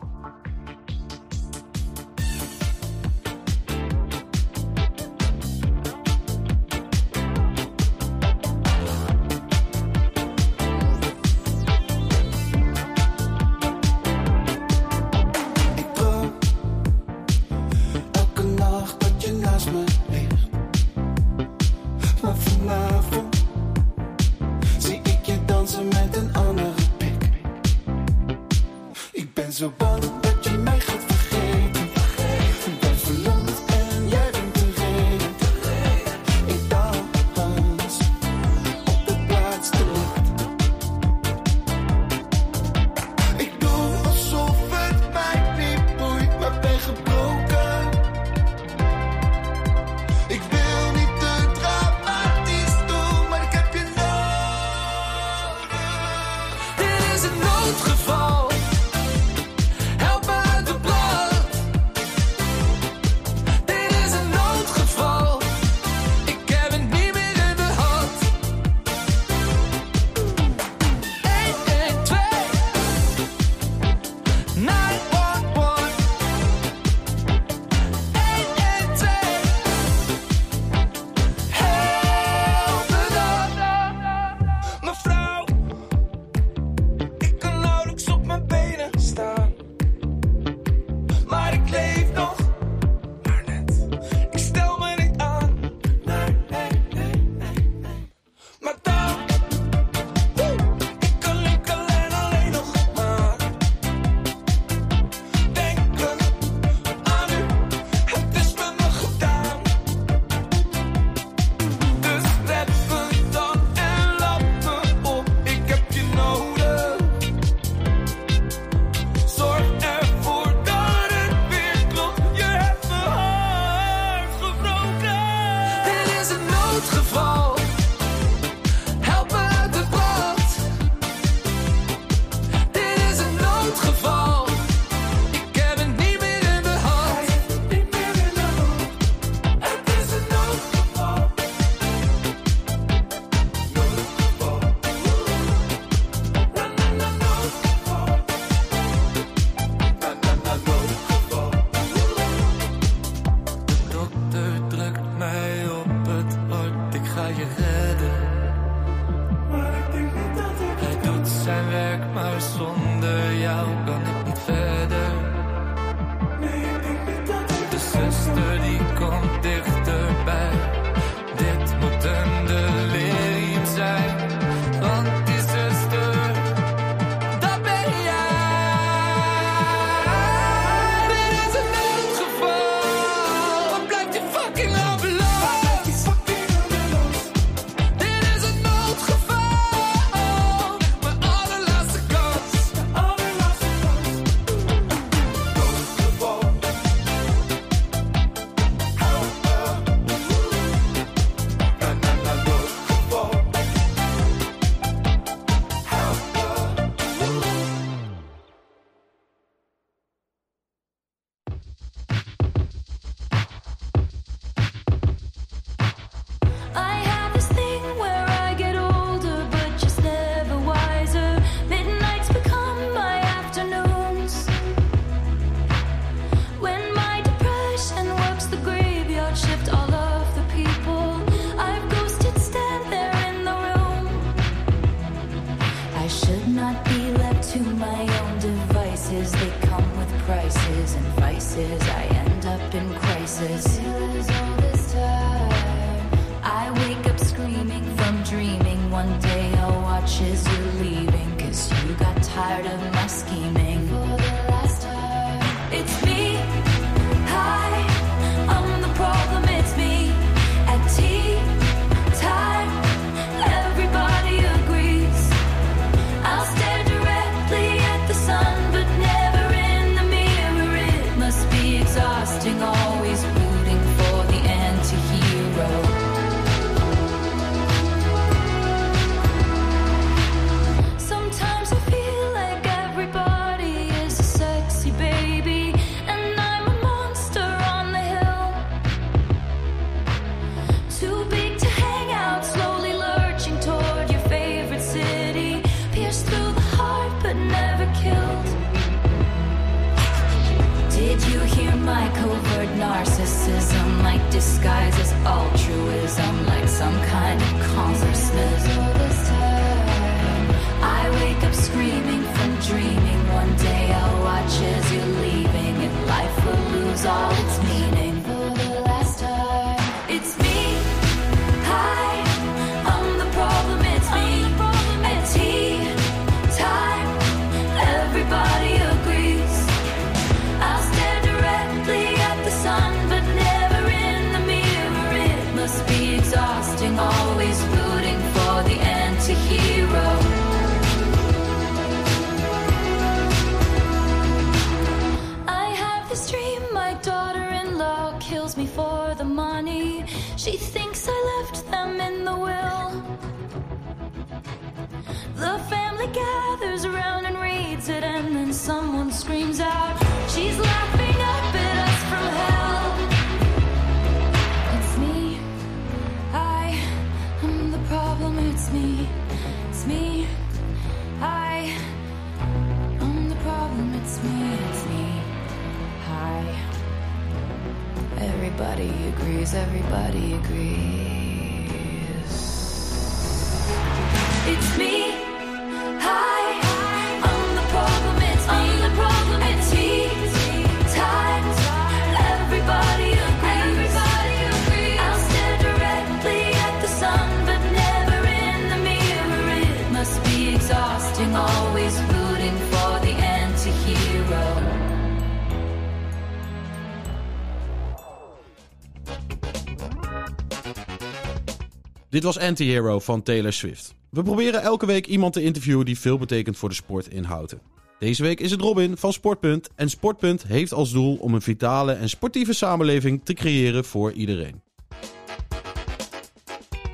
Zo bang dat je mij gaat vergeten. Ik ben verlamd en jij bent te reden. Ik dans op de plaats te licht. Ik doe alsof het mij niet boeit, maar ben gebroken. Ik wil niet te dramatisch doen, maar ik heb je nodig. Dit is een noodgeval. Help noodgeval. Help me uit de brand. Dit is een noodgeval. Ik heb het niet meer in de hand. Het is een noodgeval. Dokter drukt mij op het hart, ik ga je redden. Maar ik denk niet dat hij doet zijn werk, maar zonder jou kan ik niet verder. Nee, ik denk niet dat de zuster die komt dichterbij. Dit moet een delirium zijn, want die zuster, dat ben jij. Dit is een noodgeval. Wat blijft die fucking ambulance? Dit is een noodgeval. Mijn allerlaatste kans. I have this thing where I get older, but just never wiser. Midnights become my afternoons. When my depression works the graveyard shift, all of the people I've ghosted stand there in the room. I should not be left to my own devices. They come with prices and vices. I end up in crisis. All this time. I wake up screaming from dreaming. One day I'll watch as you're leaving, 'cause you got tired of my scheming. For the last time. It's me. Hi, I'm the problem, it's me. At tea time, everybody agrees. I'll stare directly at the sun, but never in the mirror. It must be exhausting, always rooting for the anti-hero. Sometimes I feel like everybody is a sexy baby, and I'm a monster on the hill. Too big to hang out, slowly lurching toward your favorite city. Pierced through the heart, but never killed. Did you hear my covert narcissism? Like disguise as altruism, like some kind of consciousness. All this time, I wake up screaming from dreaming. One day I'll watch as you're leaving, and life will lose all its meaning. For the last time, it's me. Hi, I'm the problem, it's me. At tea time, everybody agrees. I'll stare directly at the sun, but never in the mirror. It must be exhausting, always rooting for the anti-hero. I have this dream, my daughter-in-law kills me for the money. She thinks I left them in the will. The family gathers around and reads it, and then someone screams out, she's laughing up at us from hell. It's me. I'm the problem, it's me. It's me. I'm the problem, it's me. It's me. Hi. Everybody agrees, everybody agrees. It's me. Hi, I'm the problem, it's me. I'm the problem, it's me. Time, everybody agrees. Everybody agrees. I'll stare directly at the sun, but never in the mirror. It must be exhausting, always rooting for the anti-hero. Dit was Anti-Hero van Taylor Swift. We proberen elke week iemand te interviewen die veel betekent voor de sport in Houten. Deze week is het Robin van Sportpunt. En Sportpunt heeft als doel om een vitale en sportieve samenleving te creëren voor iedereen.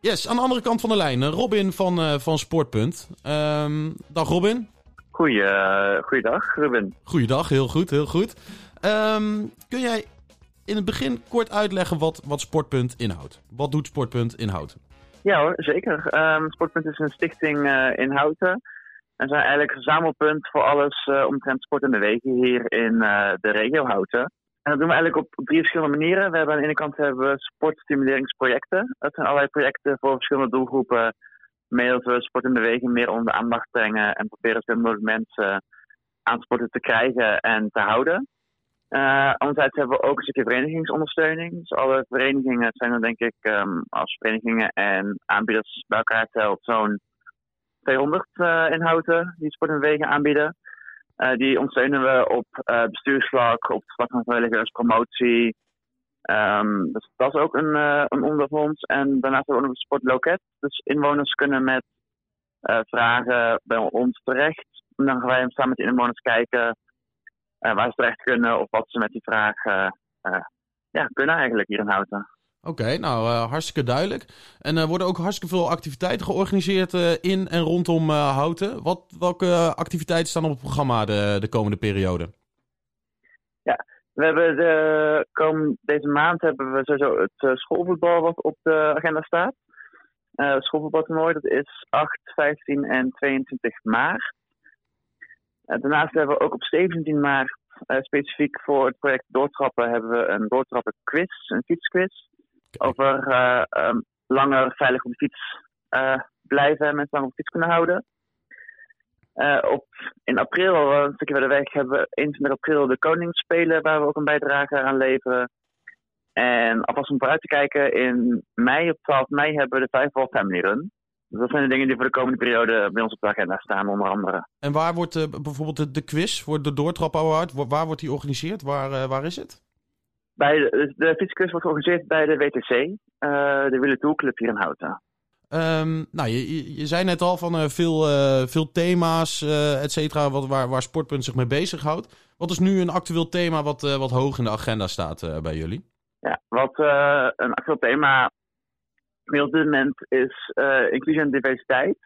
Yes, aan de andere kant van de lijn. Robin van Sportpunt. Dag Robin. Goeiedag, Ruben. Goeiedag, heel goed, heel goed. Kun jij in het begin kort uitleggen wat Sportpunt inhoudt? Wat doet Sportpunt in Houten? Ja hoor, zeker. Sportpunt is een stichting in Houten. En zijn eigenlijk een verzamelpunt voor alles omtrent sport en bewegen hier in de regio Houten. En dat doen we eigenlijk op 3 verschillende manieren. We hebben aan de ene kant sportstimuleringsprojecten. Dat zijn allerlei projecten voor verschillende doelgroepen. Mee dat we sport en bewegen meer onder de aandacht brengen. En proberen zoveel mogelijk mensen aan sporten te krijgen en te houden. Anderzijds hebben we ook een stukje verenigingsondersteuning. Dus alle verenigingen, het zijn dan denk ik als verenigingen en aanbieders bij elkaar telt zo'n 200 in Houten die sport en bewegen aanbieden. Die ondersteunen we op bestuursvlak, op het vlak van vrijwilligers, promotie. Dus dat is ook een onderdeel van ons. En daarnaast hebben we ook nog een sportloket. Dus inwoners kunnen met vragen bij ons terecht. En dan gaan wij samen met de inwoners kijken waar ze terecht kunnen of wat ze met die vraag kunnen eigenlijk hier in Houten. Oké, hartstikke duidelijk. En er worden ook hartstikke veel activiteiten georganiseerd in en rondom Houten. Welke activiteiten staan op het programma de komende periode? Ja, we hebben deze maand hebben we sowieso het schoolvoetbal wat op de agenda staat. Het schoolvoetbaltoernooi, dat is 8, 15 en 22 maart. Daarnaast hebben we ook op 17 maart, specifiek voor het project Doortrappen, hebben we een doortrappen quiz, een fietsquiz. Over langer veilig op de fiets blijven en mensen langer op de fiets kunnen houden. In april, een stukje verder weg, hebben we 21 april de Koningsspelen, waar we ook een bijdrage aan leveren. En alvast om vooruit te kijken, in mei, op 12 mei, hebben we de 5 Family Run. Dus dat zijn de dingen die voor de komende periode bij ons op de agenda staan, onder andere. En waar wordt bijvoorbeeld de quiz voor de Doortrap Award, waar wordt die georganiseerd? Waar is het? De fietsquiz wordt georganiseerd bij de WTC, de Wille Toe Club hier in Houten. Je zei net al van veel thema's, et cetera, waar Sportpunt zich mee bezighoudt. Wat is nu een actueel thema wat hoog in de agenda staat bij jullie? Ja, wat een actueel thema op dit moment is inclusie en diversiteit.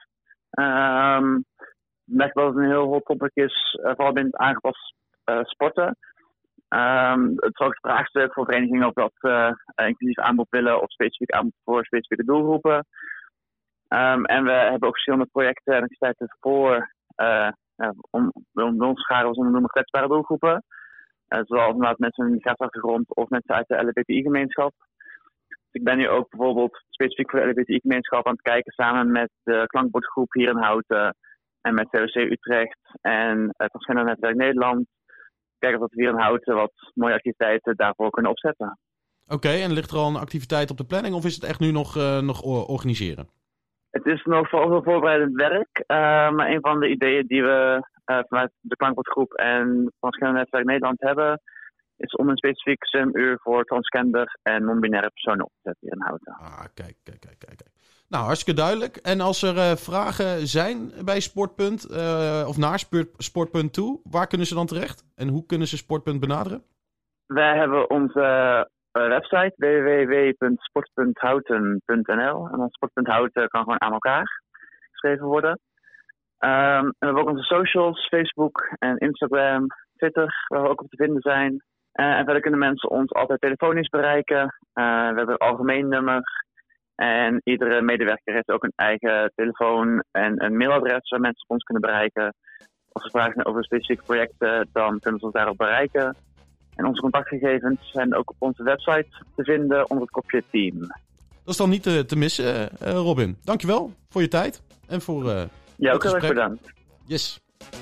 Ik merk dat het een heel hot topic is, vooral binnen het aangepast sporten. Het is ook een vraagstuk voor verenigingen of dat inclusief aanbod willen of specifiek aanbod voor specifieke doelgroepen. En we hebben ook verschillende projecten en activiteiten voor bij ons scharen we noemen kwetsbare doelgroepen. Zoals inderdaad mensen met een migratieachtergrond of mensen uit de LHBTI-gemeenschap. Dus ik ben nu ook bijvoorbeeld specifiek voor de LHBTI-gemeenschap aan het kijken samen met de klankbordgroep hier in Houten en met COC Utrecht en het Transgender Netwerk Nederland. Kijken of we hier in Houten wat mooie activiteiten daarvoor kunnen opzetten. Oké, en ligt er al een activiteit op de planning of is het echt nu nog organiseren? Het is nog vooral voorbereidend werk, maar een van de ideeën die we vanuit de klankbordgroep en Transgender Netwerk Nederland hebben, is om een specifiek sumuur voor transgender en non-binaire personen op te zetten hier in Houten. Kijk. Nou, hartstikke duidelijk. En als er vragen zijn bij Sportpunt of naar Sportpunt toe, waar kunnen ze dan terecht? En hoe kunnen ze Sportpunt benaderen? Wij hebben onze website www.sport.houten.nl en dan Sport.houten kan gewoon aan elkaar geschreven worden. En we hebben ook onze socials, Facebook en Instagram, Twitter, waar we ook op te vinden zijn. En verder kunnen mensen ons altijd telefonisch bereiken. We hebben een algemeen nummer. En iedere medewerker heeft ook een eigen telefoon en een mailadres waar mensen ons kunnen bereiken. Als ze vragen zijn over specifieke projecten, dan kunnen ze ons daarop bereiken. En onze contactgegevens zijn ook op onze website te vinden onder het kopje team. Dat is dan niet te missen, Robin. Dankjewel voor je tijd en voor ja, ook heel erg bedankt. Yes.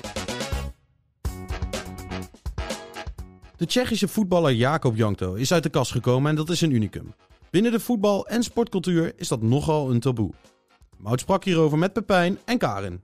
De Tsjechische voetballer Jakub Jankto is uit de kast gekomen en dat is een unicum. Binnen de voetbal- en sportcultuur is dat nogal een taboe. Mout sprak hierover met Pepijn en Karin.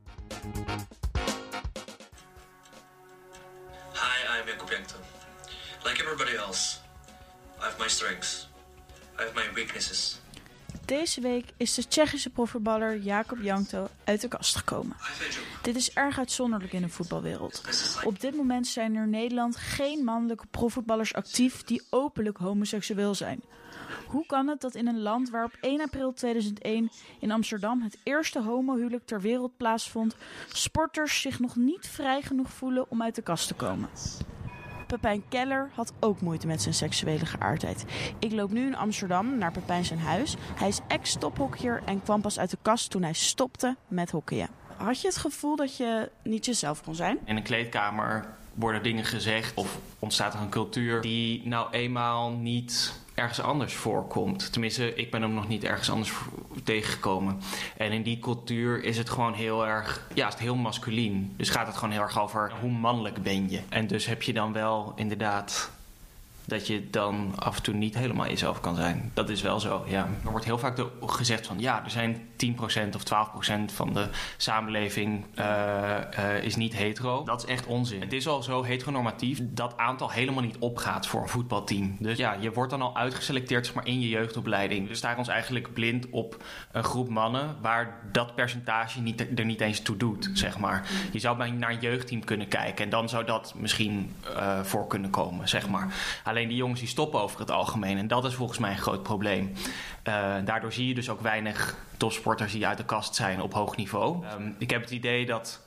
Hi, I'm Jakub Jankto. Like everybody else, I have my strengths. I have my weaknesses. Deze week is de Tsjechische profvoetballer Jakub Jankto uit de kast gekomen. Dit is erg uitzonderlijk in de voetbalwereld. Op dit moment zijn er in Nederland geen mannelijke profvoetballers actief die openlijk homoseksueel zijn. Hoe kan het dat in een land waar op 1 april 2001 in Amsterdam het eerste homohuwelijk ter wereld plaatsvond, sporters zich nog niet vrij genoeg voelen om uit de kast te komen? Pepijn Keller had ook moeite met zijn seksuele geaardheid. Ik loop nu in Amsterdam naar Pepijn zijn huis. Hij is ex-tophockeyer en kwam pas uit de kast toen hij stopte met hockeyen. Had je het gevoel dat je niet jezelf kon zijn? In een kleedkamer worden dingen gezegd of ontstaat er een cultuur die nou eenmaal niet ergens anders voorkomt. Tenminste, ik ben hem nog niet ergens anders tegengekomen. En in die cultuur is het gewoon heel erg, ja, is het heel masculien. Dus gaat het gewoon heel erg over hoe mannelijk ben je. En dus heb je dan wel inderdaad dat je dan af en toe niet helemaal jezelf kan zijn. Dat is wel zo, ja. Er wordt heel vaak gezegd van ja, er zijn 10% of 12% van de samenleving is niet hetero. Dat is echt onzin. Het is al zo heteronormatief dat aantal helemaal niet opgaat voor een voetbalteam. Dus ja, je wordt dan al uitgeselecteerd zeg maar, in je jeugdopleiding. We staan ons eigenlijk blind op een groep mannen waar dat percentage er niet eens toe doet, zeg maar. Je zou naar een jeugdteam kunnen kijken en dan zou dat misschien voor kunnen komen, zeg maar. Alleen die jongens die stoppen over het algemeen. En dat is volgens mij een groot probleem. Daardoor zie je dus ook weinig topsporters die uit de kast zijn op hoog niveau. Ik heb het idee dat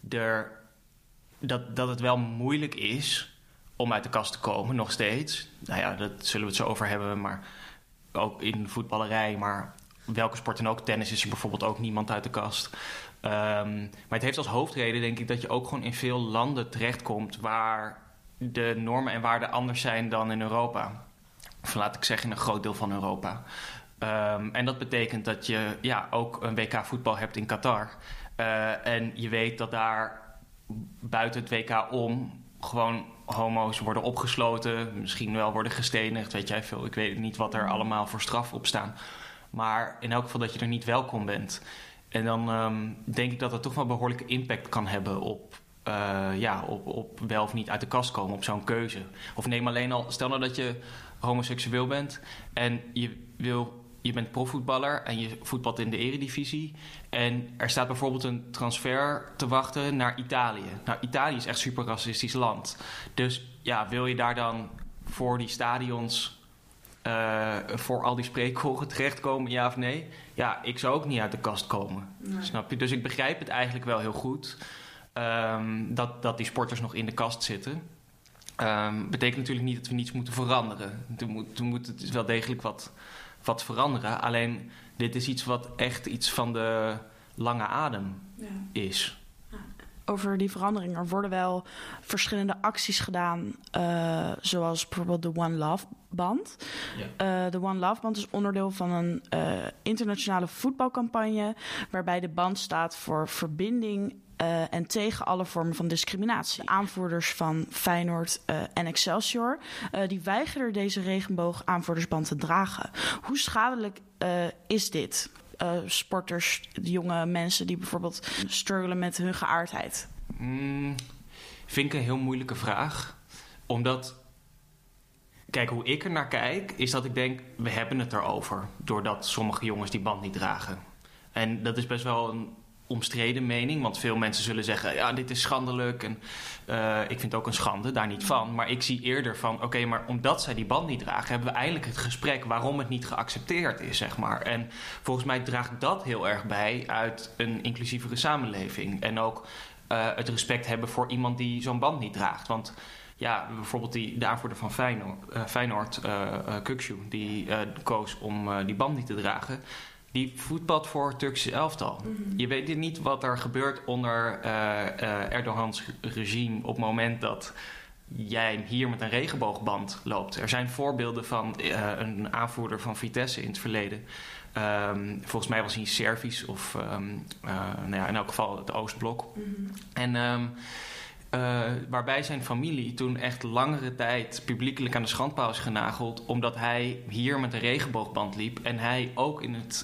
het wel moeilijk is om uit de kast te komen, nog steeds. Nou ja, dat zullen we het zo over hebben. Maar ook in de voetballerij. Maar welke sport dan ook. Tennis is er bijvoorbeeld ook niemand uit de kast. Maar het heeft als hoofdreden denk ik dat je ook gewoon in veel landen terechtkomt waar de normen en waarden anders zijn dan in Europa. Of laat ik zeggen in een groot deel van Europa. En dat betekent dat je ook een WK voetbal hebt in Qatar. En je weet dat daar buiten het WK om gewoon homo's worden opgesloten. Misschien wel worden gestenigd, weet jij veel. Ik weet niet wat er allemaal voor straf op staan. Maar in elk geval dat je er niet welkom bent. En dan denk ik dat het toch wel behoorlijke impact kan hebben op wel of niet uit de kast komen op zo'n keuze. Of neem alleen al, stel nou dat je homoseksueel bent en je bent profvoetballer en je voetbalt in de eredivisie en er staat bijvoorbeeld een transfer te wachten naar Italië. Nou, Italië is echt een super racistisch land. Dus ja, wil je daar dan voor die stadions voor al die spreekkoren terechtkomen, ja of nee? Ja, ik zou ook niet uit de kast komen. Nee. Snap je? Dus ik begrijp het eigenlijk wel heel goed. Dat die sporters nog in de kast zitten. Betekent natuurlijk niet dat we niets moeten veranderen. Er moet het wel degelijk wat veranderen. Alleen dit is iets wat echt iets van de lange adem is. Over die verandering. Er worden wel verschillende acties gedaan. Zoals bijvoorbeeld de One Love Band. Ja. De One Love Band is onderdeel van een internationale voetbalcampagne waarbij de band staat voor verbinding en tegen alle vormen van discriminatie. De aanvoerders van Feyenoord en Excelsior die weigeren deze regenboog-aanvoerdersband te dragen. Hoe schadelijk is dit? Sporters, jonge mensen die bijvoorbeeld struggelen met hun geaardheid? Vind ik een heel moeilijke vraag. Omdat, kijk, hoe ik er naar kijk, is dat ik denk, we hebben het erover. Doordat sommige jongens die band niet dragen. En dat is best wel een omstreden mening, want veel mensen zullen zeggen, ja, dit is schandelijk en ik vind het ook een schande, daar niet van. Maar ik zie eerder van, oké, maar omdat zij die band niet dragen, hebben we eindelijk het gesprek waarom het niet geaccepteerd is, zeg maar. En volgens mij draagt dat heel erg bij uit een inclusievere samenleving. En ook het respect hebben voor iemand die zo'n band niet draagt. Want ja, bijvoorbeeld de aanvoerder van Feyenoord, Kökçü, die koos om die band niet te dragen. Die voetbalt voor het Turkse elftal. Mm-hmm. Je weet niet wat er gebeurt onder Erdogans regime op het moment dat jij hier met een regenboogband loopt. Er zijn voorbeelden van een aanvoerder van Vitesse in het verleden. Volgens mij was hij Servisch of in elk geval het Oostblok. Mm-hmm. En waarbij zijn familie toen echt langere tijd publiekelijk aan de schandpaal is genageld, omdat hij hier met een regenboogband liep en hij ook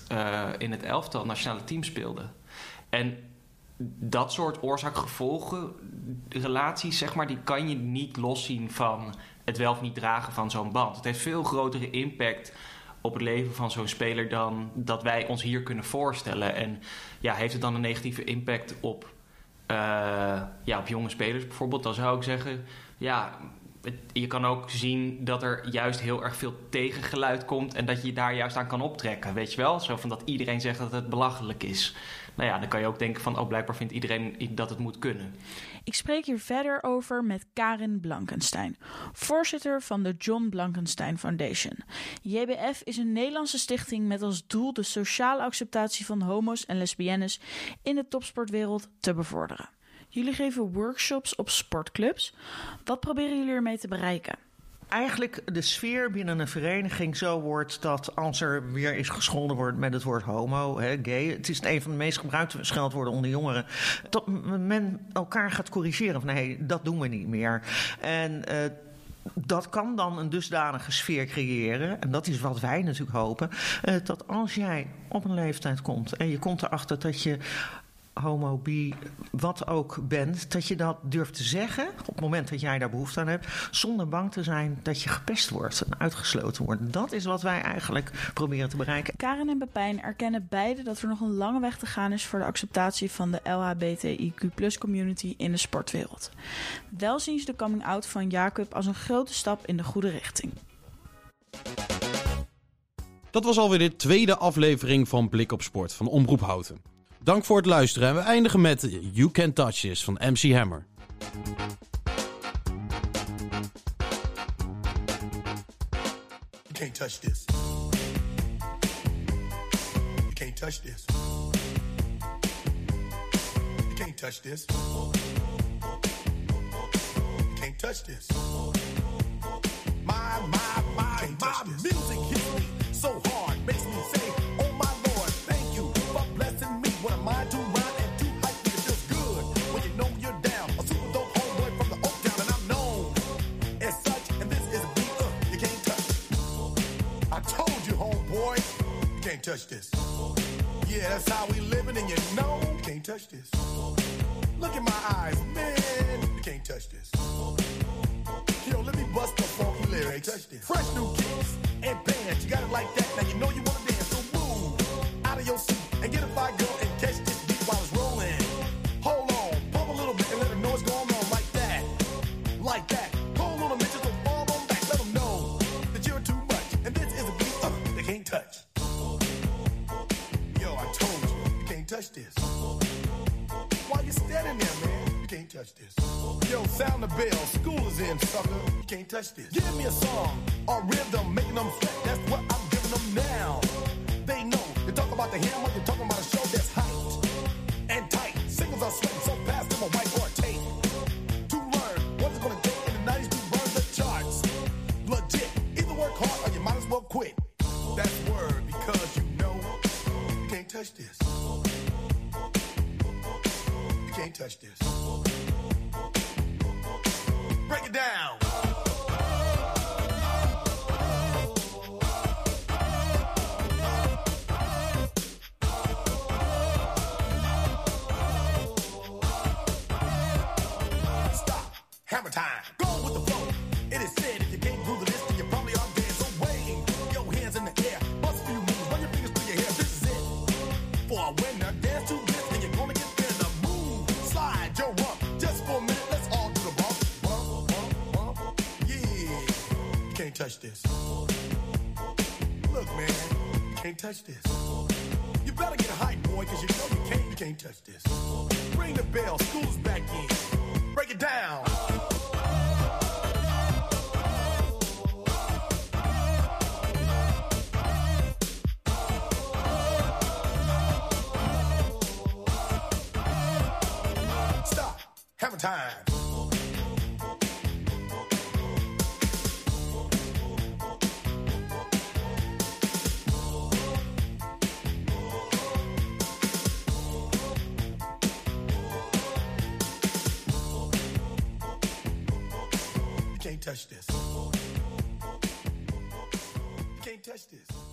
in het elftal nationale team speelde. En dat soort oorzaak-gevolgen relaties, zeg maar, die kan je niet loszien van het wel of niet dragen van zo'n band. Het heeft veel grotere impact op het leven van zo'n speler dan dat wij ons hier kunnen voorstellen. En ja, heeft het dan een negatieve impact op jonge spelers bijvoorbeeld? Dan zou ik zeggen, je kan ook zien dat er juist heel erg veel tegengeluid komt en dat je daar juist aan kan optrekken, weet je wel? Zo van dat iedereen zegt dat het belachelijk is. Nou ja, dan kan je ook denken van, blijkbaar vindt iedereen dat het moet kunnen. Ik spreek hier verder over met Karin Blankenstein, voorzitter van de John Blankenstein Foundation. JBF is een Nederlandse stichting met als doel de sociale acceptatie van homo's en lesbiennes in de topsportwereld te bevorderen. Jullie geven workshops op sportclubs. Wat proberen jullie ermee te bereiken? Eigenlijk de sfeer binnen een vereniging zo wordt dat als er weer eens gescholden wordt met het woord homo, gay, het is een van de meest gebruikte scheldwoorden onder jongeren, dat men elkaar gaat corrigeren van nee, dat doen we niet meer. En dat kan dan een dusdanige sfeer creëren, en dat is wat wij natuurlijk hopen, dat als jij op een leeftijd komt en je komt erachter dat je homo, bi, wat ook bent, dat je dat durft te zeggen op het moment dat jij daar behoefte aan hebt, zonder bang te zijn dat je gepest wordt en uitgesloten wordt. Dat is wat wij eigenlijk proberen te bereiken. Karin en Pepijn erkennen beide dat er nog een lange weg te gaan is voor de acceptatie van de LHBTIQ+ community in de sportwereld. Wel zien ze de coming out van Jacob als een grote stap in de goede richting. Dat was alweer de tweede aflevering van Blik op Sport van Omroep Houten. Dank voor het luisteren en we eindigen met You Can't Touch This van MC Hammer. You can't touch this. You can't touch this. You can't touch this. You can't touch this. My music hits me so hard, makes me say, oh my Lord, thank you for blessing me. What am I to rhyme and too hype? It feels good when you know you're down. A super dope homeboy from the Oak Town, and I'm known as such. And this is a beat you can't touch. I told you, homeboy, you can't touch this. Yeah, that's how we living, and you know you can't touch this. Look in my eyes, man, you can't touch this. Yo, let me bust the funky lyrics. Fresh new kicks and bands, you got it like that. Now you know you wanna dance, so move out of your seat and get a fire girl and catch this beat while it's rolling. Hold on, pump a little bit and let them know what's going on like that. Like that. Hold on a minute, just fall on back. Let them know that you're too much. And this is a beat they can't touch. Yo, I told you, you can't touch this. Why you standing there, man? You can't touch this. Yo, sound the bell, school is in, sucker. You can't touch this. Give me a song or rhythm, making them sweat. That's what I'm giving them now. They know. You talk about the hammer, you're talking about a show that's hyped and tight. Singles are sweating so fast, them a whiteboard tape. To learn what's it gonna take in the 90s to burn the charts. Legit. Either work hard or you might as well quit. That's word because you know you can't touch this. You can't touch this. Break it down. Stop. Hammer time. Go with the flow. It is said if you can't groove the list, then you probably are dead. So wave your hands in the air. Bust a few moves. Run your fingers through your hair. This is it. For a winner, dance to this, and you're gonna get there. The move. Slide your rump. Just for a minute, let's all do the bump. Can't touch this. Look, man, you can't touch this. You better get hype, boy, cause you know you can't touch this. Ring the bell, school's back in. Break it down. Stop. Hammer time. Touch this. You can't touch this.